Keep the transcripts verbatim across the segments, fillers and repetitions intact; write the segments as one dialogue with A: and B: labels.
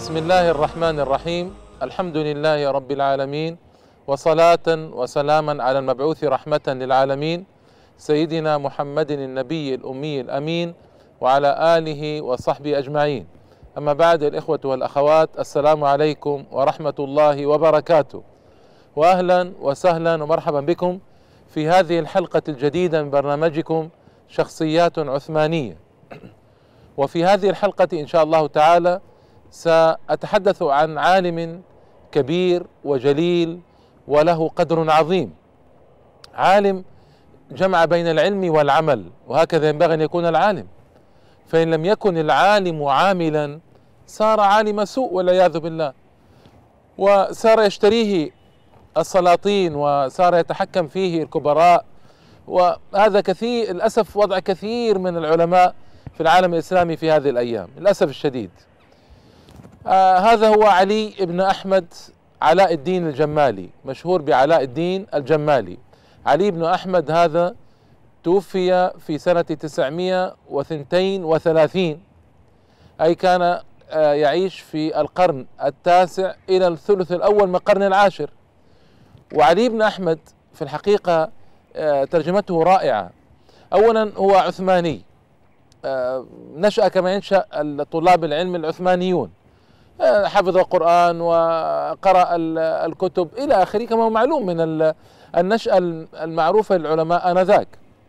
A: بسم الله الرحمن الرحيم. الحمد لله رب العالمين، وصلاة وسلاما على المبعوث رحمة للعالمين سيدنا محمد النبي الأمي الأمين وعلى آله وصحبه أجمعين. أما بعد، الإخوة والأخوات، السلام عليكم ورحمة الله وبركاته، وأهلا وسهلا ومرحبا بكم في هذه الحلقة الجديدة من برنامجكم شخصيات عثمانية. وفي هذه الحلقة إن شاء الله تعالى سأتحدث عن عالم كبير وجليل وله قدر عظيم، عالم جمع بين العلم والعمل، وهكذا ينبغي أن يكون العالم. فإن لم يكن العالم عاملا صار عالم سوء والعياذ بالله، وصار يشتريه السلاطين وصار يتحكم فيه الكبراء. وهذا كثير للأسف وضع كثير من العلماء في العالم الإسلامي في هذه الأيام للأسف الشديد. آه هذا هو علي بن أحمد علاء الدين الجمالي، مشهور بعلاء الدين الجمالي. علي بن أحمد هذا توفي في سنة تسعمائة واثنين وثلاثين، أي كان آه يعيش في القرن التاسع إلى الثلث الأول من القرن العاشر. وعلي بن أحمد في الحقيقة آه ترجمته رائعة. أولا هو عثماني، آه نشأ كما ينشأ طلاب العلم العثمانيون، حفظ القرآن وقرأ الكتب إلى آخره، كما هو معلوم من النشأة المعروفة للعلماء آنذاك.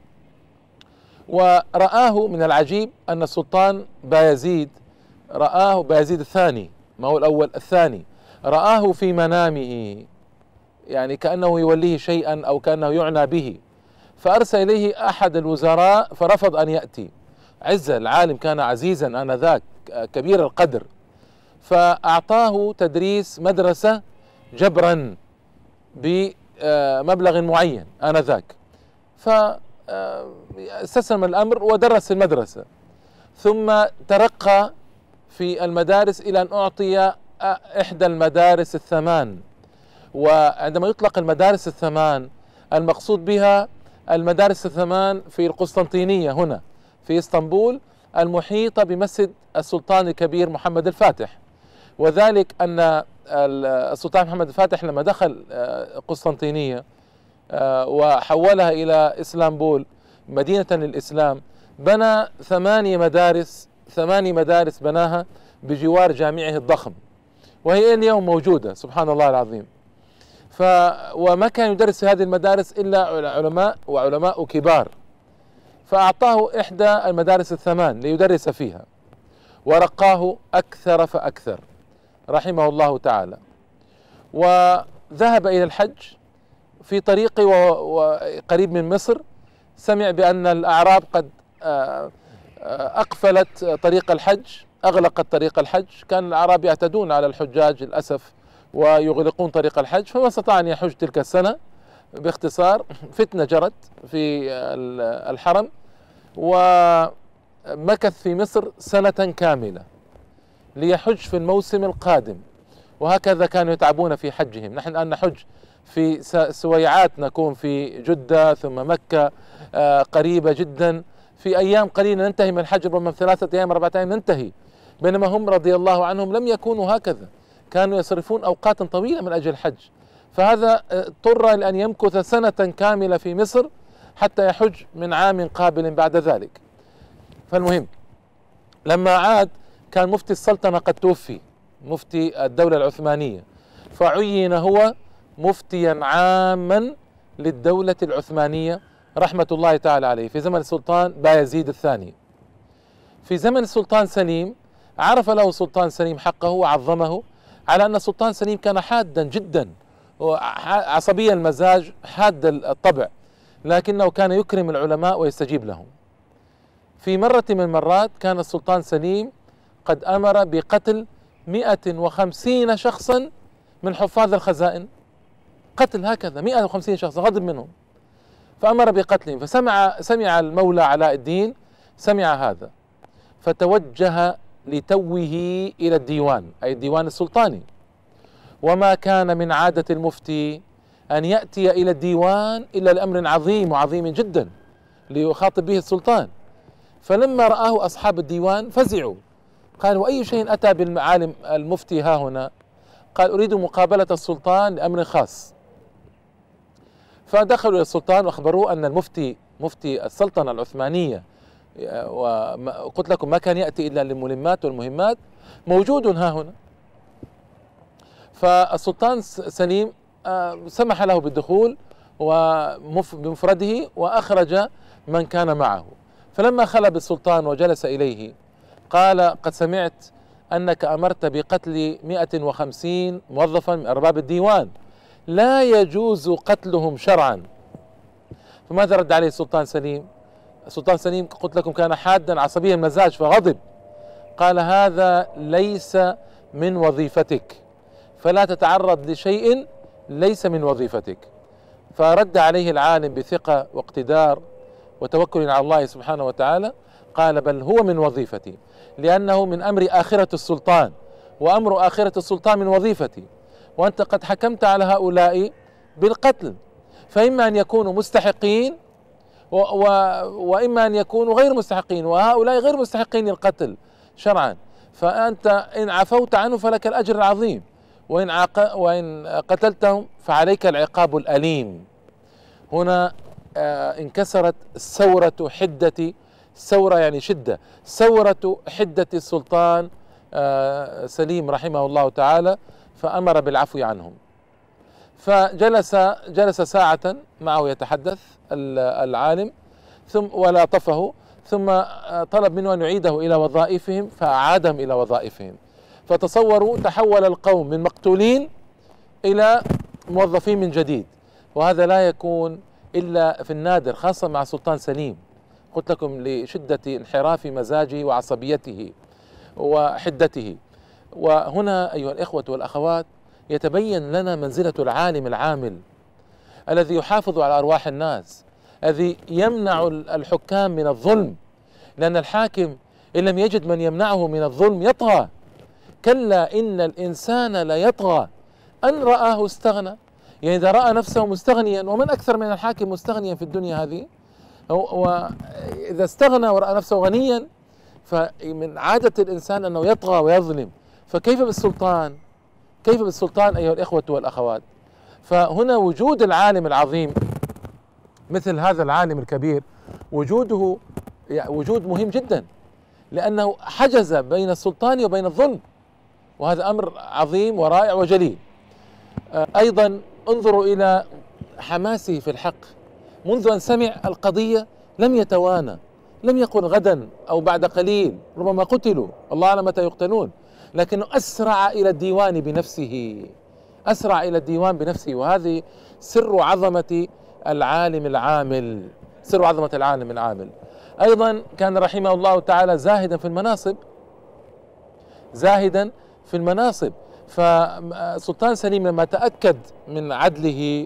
A: ورآه من العجيب أن السلطان بايزيد رآه بايزيد الثاني، ما هو الأول الثاني، رآه في منامه، يعني كأنه يوليه شيئا أو كأنه يعنى به، فأرسل إليه أحد الوزراء فرفض أن يأتي. عز العالم كان عزيزا آنذاك كبير القدر، فأعطاه تدريس مدرسة جبرا بمبلغ معين آنذاك، فاستسلم الأمر ودرس المدرسة، ثم ترقى في المدارس إلى أن أعطي إحدى المدارس الثمان. وعندما يطلق المدارس الثمان المقصود بها المدارس الثمان في القسطنطينية هنا في اسطنبول، المحيطة بمسجد السلطان الكبير محمد الفاتح. وذلك أن السلطان محمد الفاتح لما دخل قسطنطينية وحولها إلى إسلامبول مدينة للإسلام، بنى ثمانية مدارس ثمانية مدارس بناها بجوار جامعه الضخم، وهي اليوم موجودة سبحان الله العظيم. ف وما كان يدرس في هذه المدارس إلا علماء وعلماء كبار، فأعطاه إحدى المدارس الثمان ليدرس فيها، ورقاه أكثر فأكثر رحمه الله تعالى. وذهب إلى الحج في طريقه وقريب من مصر، سمع بأن الأعراب قد أقفلت طريق الحج، أغلقت طريق الحج. كان الأعراب يعتدون على الحجاج للأسف ويغلقون طريق الحج، فما استطاع أن يحج تلك السنة. باختصار فتنة جرت في الحرم، ومكث في مصر سنة كاملة ليحج في الموسم القادم. وهكذا كانوا يتعبون في حجهم. نحن الآن نحج في سويعات، نكون في جدة ثم مكة قريبة جدا، في أيام قليلة ننتهي من الحج، ربما ثلاثة أيام أربعة أيام ننتهي. بينما هم رضي الله عنهم لم يكونوا هكذا، كانوا يصرفون أوقاتا طويلة من أجل الحج. فهذا اضطر لأن يمكث سنة كاملة في مصر حتى يحج من عام قابل بعد ذلك. فالمهم لما عاد كان مفتي السلطنة قد توفي، مفتي الدولة العثمانية، فعين هو مفتيا عاما للدولة العثمانية رحمة الله تعالى عليه في زمن السلطان بايزيد الثاني. في زمن السلطان سليم عرف له السلطان سليم حقه وعظمه، على أن السلطان سليم كان حادا جدا عصبي المزاج حاد الطبع، لكنه كان يكرم العلماء ويستجيب لهم. في مرة من المرات كان السلطان سليم قد أمر بقتل مئة وخمسين شخصا من حفاظ الخزائن، قتل هكذا مئة وخمسين شخصا، غضب منهم فأمر بقتلهم. فسمع سمع المولى علاء الدين سمع هذا، فتوجه لتوه إلى الديوان، أي الديوان السلطاني. وما كان من عادة المفتي أن يأتي إلى الديوان إلا لأمر عظيم وعظيم جدا ليخاطب به السلطان. فلما رآه أصحاب الديوان فزعوا، قال: وأي شيء أتى بالمعالم المفتي ها هنا؟ قال: أريد مقابلة السلطان لأمر خاص. فدخلوا إلى السلطان وأخبروه أن المفتي مفتي السلطنة العثمانية، وقلت لكم ما كان يأتي إلا للملمات والمهمات، موجود ها هنا. فالسلطان سليم سمح له بالدخول بمفرده وأخرج من كان معه. فلما خلى بالسلطان وجلس إليه قال: قد سمعت أنك أمرت بقتل مئة وخمسين موظفا من أرباب الديوان، لا يجوز قتلهم شرعا. فماذا رد عليه السلطان سليم؟ السلطان سليم قلت لكم كان حادا عصبيا المزاج فغضب، قال: هذا ليس من وظيفتك، فلا تتعرض لشيء ليس من وظيفتك. فرد عليه العالم بثقة واقتدار وتوكل على الله سبحانه وتعالى، قال: بل هو من وظيفتي، لأنه من أمر آخرة السلطان، وأمر آخرة السلطان من وظيفتي، وأنت قد حكمت على هؤلاء بالقتل، فإما أن يكونوا مستحقين و و وإما أن يكونوا غير مستحقين، وهؤلاء غير مستحقين للقتل شرعا، فأنت إن عفوت عنه فلك الأجر العظيم، وإن, عق... وإن قتلتهم فعليك العقاب الأليم. هنا آه انكسرت ثورة حدة، ثورة يعني شدة، ثورة حدة السلطان آه سليم رحمه الله تعالى، فأمر بالعفو عنهم. فجلس جلس ساعة معه يتحدث العالم ثم ولاطفه، ثم طلب منه أن يعيده إلى وظائفهم، فأعادهم إلى وظائفهم. فتصوروا تحول القوم من مقتولين إلى موظفين من جديد، وهذا لا يكون إلا في النادر، خاصة مع سلطان سليم. قلت لكم لشدة انحراف مزاجه وعصبيته وحدته. وهنا أيها الإخوة والأخوات يتبين لنا منزلة العالم العامل الذي يحافظ على أرواح الناس، الذي يمنع الحكام من الظلم، لأن الحاكم إن لم يجد من يمنعه من الظلم يطغى. كلا إن الإنسان لا يطغى أن رآه استغنى. يعني إذا رأى نفسه مستغنيا، ومن أكثر من الحاكم مستغنيا في الدنيا هذه، وإذا استغنى ورأى نفسه غنيا فمن عادة الإنسان أنه يطغى ويظلم، فكيف بالسلطان؟ كيف بالسلطان أيها الإخوة والأخوات؟ فهنا وجود العالم العظيم مثل هذا العالم الكبير وجوده وجود مهم جدا، لأنه حجز بين السلطان وبين الظلم، وهذا أمر عظيم ورائع وجليل. أيضا انظروا إلى حماسه في الحق، منذ أن سمع القضية لم يتوانى، لم يقل غدا أو بعد قليل ربما قتلوا، الله أعلم متى يقتلون، لكنه أسرع إلى الديوان بنفسه، أسرع إلى الديوان بنفسه. وهذه سر عظمة العالم العامل، سر عظمة العالم العامل. أيضا كان رحمه الله تعالى زاهدا في المناصب، زاهدا في المناصب. فسلطان سليم لما تأكد من عدله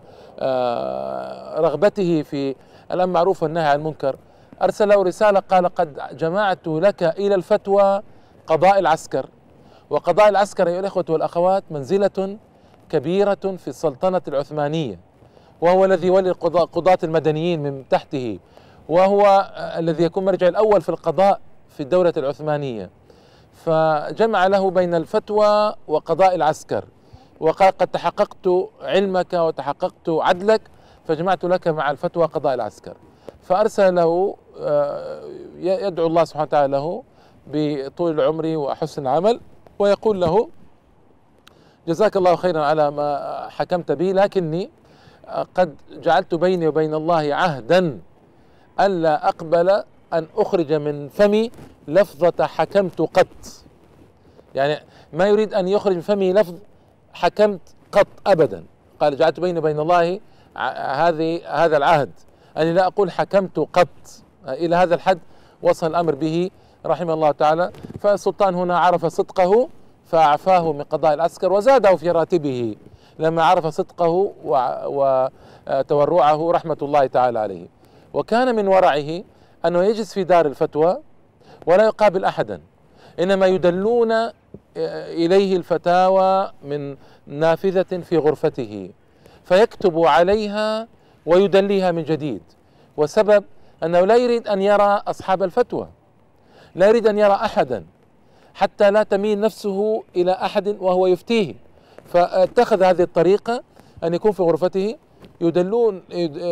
A: ورغبته في الأمر بالمعروف والنهي عن المنكر، أرسل له رسالة قال: قد جمعت لك إلى الفتوى قضاء العسكر. وقضاء العسكر أيها الإخوة والأخوات منزلة كبيرة في السلطنة العثمانية، وهو الذي يولي قضاة المدنيين من تحته، وهو الذي يكون مرجع الأول في القضاء في الدولة العثمانية. فجمع له بين الفتوى وقضاء العسكر، وقال: قد تحققت علمك وتحققت عدلك، فجمعت لك مع الفتوى قضاء العسكر. فأرسل له يدعو الله سبحانه وتعالى له بطول العمر وحسن العمل، ويقول له: جزاك الله خيرا على ما حكمت به، لكني قد جعلت بيني وبين الله عهدا ألا أقبل أن أخرج من فمي لفظة حكمت قط. يعني ما يريد أن يخرج من فمه لفظ حكمت قط أبدا. قال: جعلت بيني وبين الله هذه هذا العهد أني لا أقول حكمت قط. إلى هذا الحد وصل الأمر به رحمه الله تعالى. فالسلطان هنا عرف صدقه فأعفاه من قضاء العسكر وزاده في راتبه لما عرف صدقه وتورعه رحمة الله تعالى عليه. وكان من ورعه أنه يجلس في دار الفتوى ولا يقابل أحدا، إنما يدلون إليه الفتاوى من نافذة في غرفته فيكتب عليها ويدليها من جديد. والسبب أنه لا يريد أن يرى أصحاب الفتوى، لا يريد أن يرى أحدا، حتى لا تميل نفسه إلى أحد وهو يفتيه، فاتخذ هذه الطريقة أن يكون في غرفته، يدلون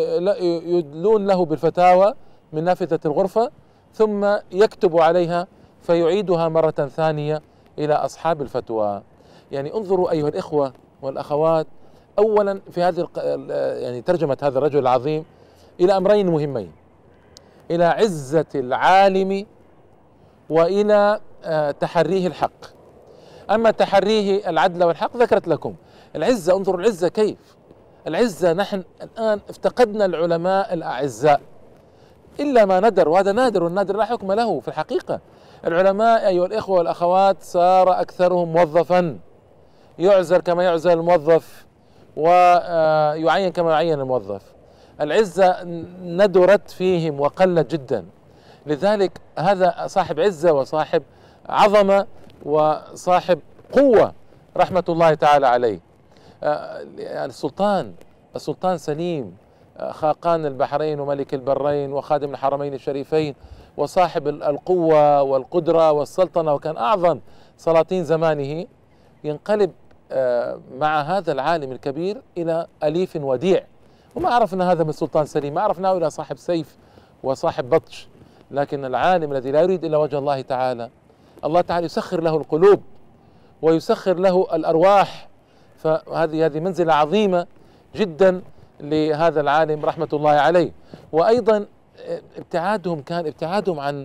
A: يدلون له بالفتاوى من نافذة الغرفة، ثم يكتب عليها فيعيدها مرة ثانية إلى أصحاب الفتوى. يعني انظروا أيها الإخوة والأخوات، أولا في هذه يعني ترجمة هذا الرجل العظيم إلى أمرين مهمين: إلى عزة العالم وإلى تحريه الحق. أما تحريه العدل والحق ذكرت لكم. العزة، انظروا العزة كيف. العزة نحن الآن افتقدنا العلماء الأعزاء إلا ما ندر، وهذا نادر، والنادر لا حكم له في الحقيقة. العلماء أيها الإخوة والأخوات صار أكثرهم موظفا، يعزل كما يعزل الموظف ويعين كما يعين الموظف. العزة ندرت فيهم وقلت جدا. لذلك هذا صاحب عزة وصاحب عظمة وصاحب قوة رحمة الله تعالى عليه. السلطان السلطان سليم خاقان البحرين وملك البرين وخادم الحرمين الشريفين وصاحب القوة والقدرة والسلطنة، وكان أعظم سلاطين زمانه، ينقلب مع هذا العالم الكبير إلى أليف وديع. وما عرفنا هذا من السلطان سليم، ما عرفناه إلى صاحب سيف وصاحب بطش. لكن العالم الذي لا يريد إلا وجه الله تعالى، الله تعالى يسخر له القلوب ويسخر له الأرواح. فهذه هذه منزلة عظيمة جدا لهذا العالم رحمة الله عليه. وأيضا ابتعادهم كان ابتعادهم عن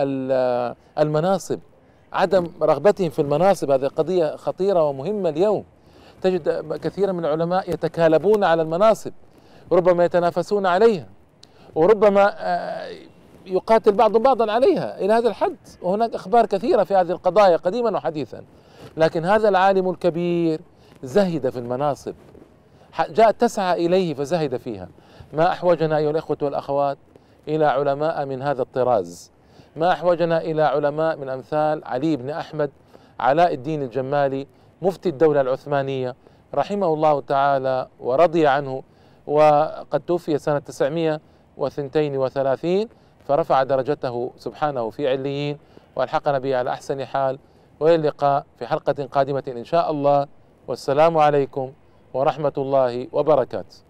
A: المناصب، عدم رغبتهم في المناصب. هذه قضية خطيرة ومهمة اليوم. تجد كثيرا من العلماء يتكالبون على المناصب، وربما يتنافسون عليها، وربما يقاتل بعضهم بعضا عليها إلى هذا الحد. وهناك أخبار كثيرة في هذه القضايا قديما وحديثا. لكن هذا العالم الكبير زهد في المناصب، جاءت تسعى إليه فزهد فيها. ما أحوجنا أيها الإخوة والأخوات إلى علماء من هذا الطراز، ما أحوجنا إلى علماء من أمثال علي بن أحمد علاء الدين الجمالي مفتي الدولة العثمانية رحمه الله تعالى ورضي عنه، وقد توفي سنة تسعمائة واثنين وثلاثين، فرفع درجته سبحانه في عليين، والحقنا به على أحسن حال. وإلى اللقاء في حلقة قادمة إن شاء الله، والسلام عليكم ورحمة الله وبركاته.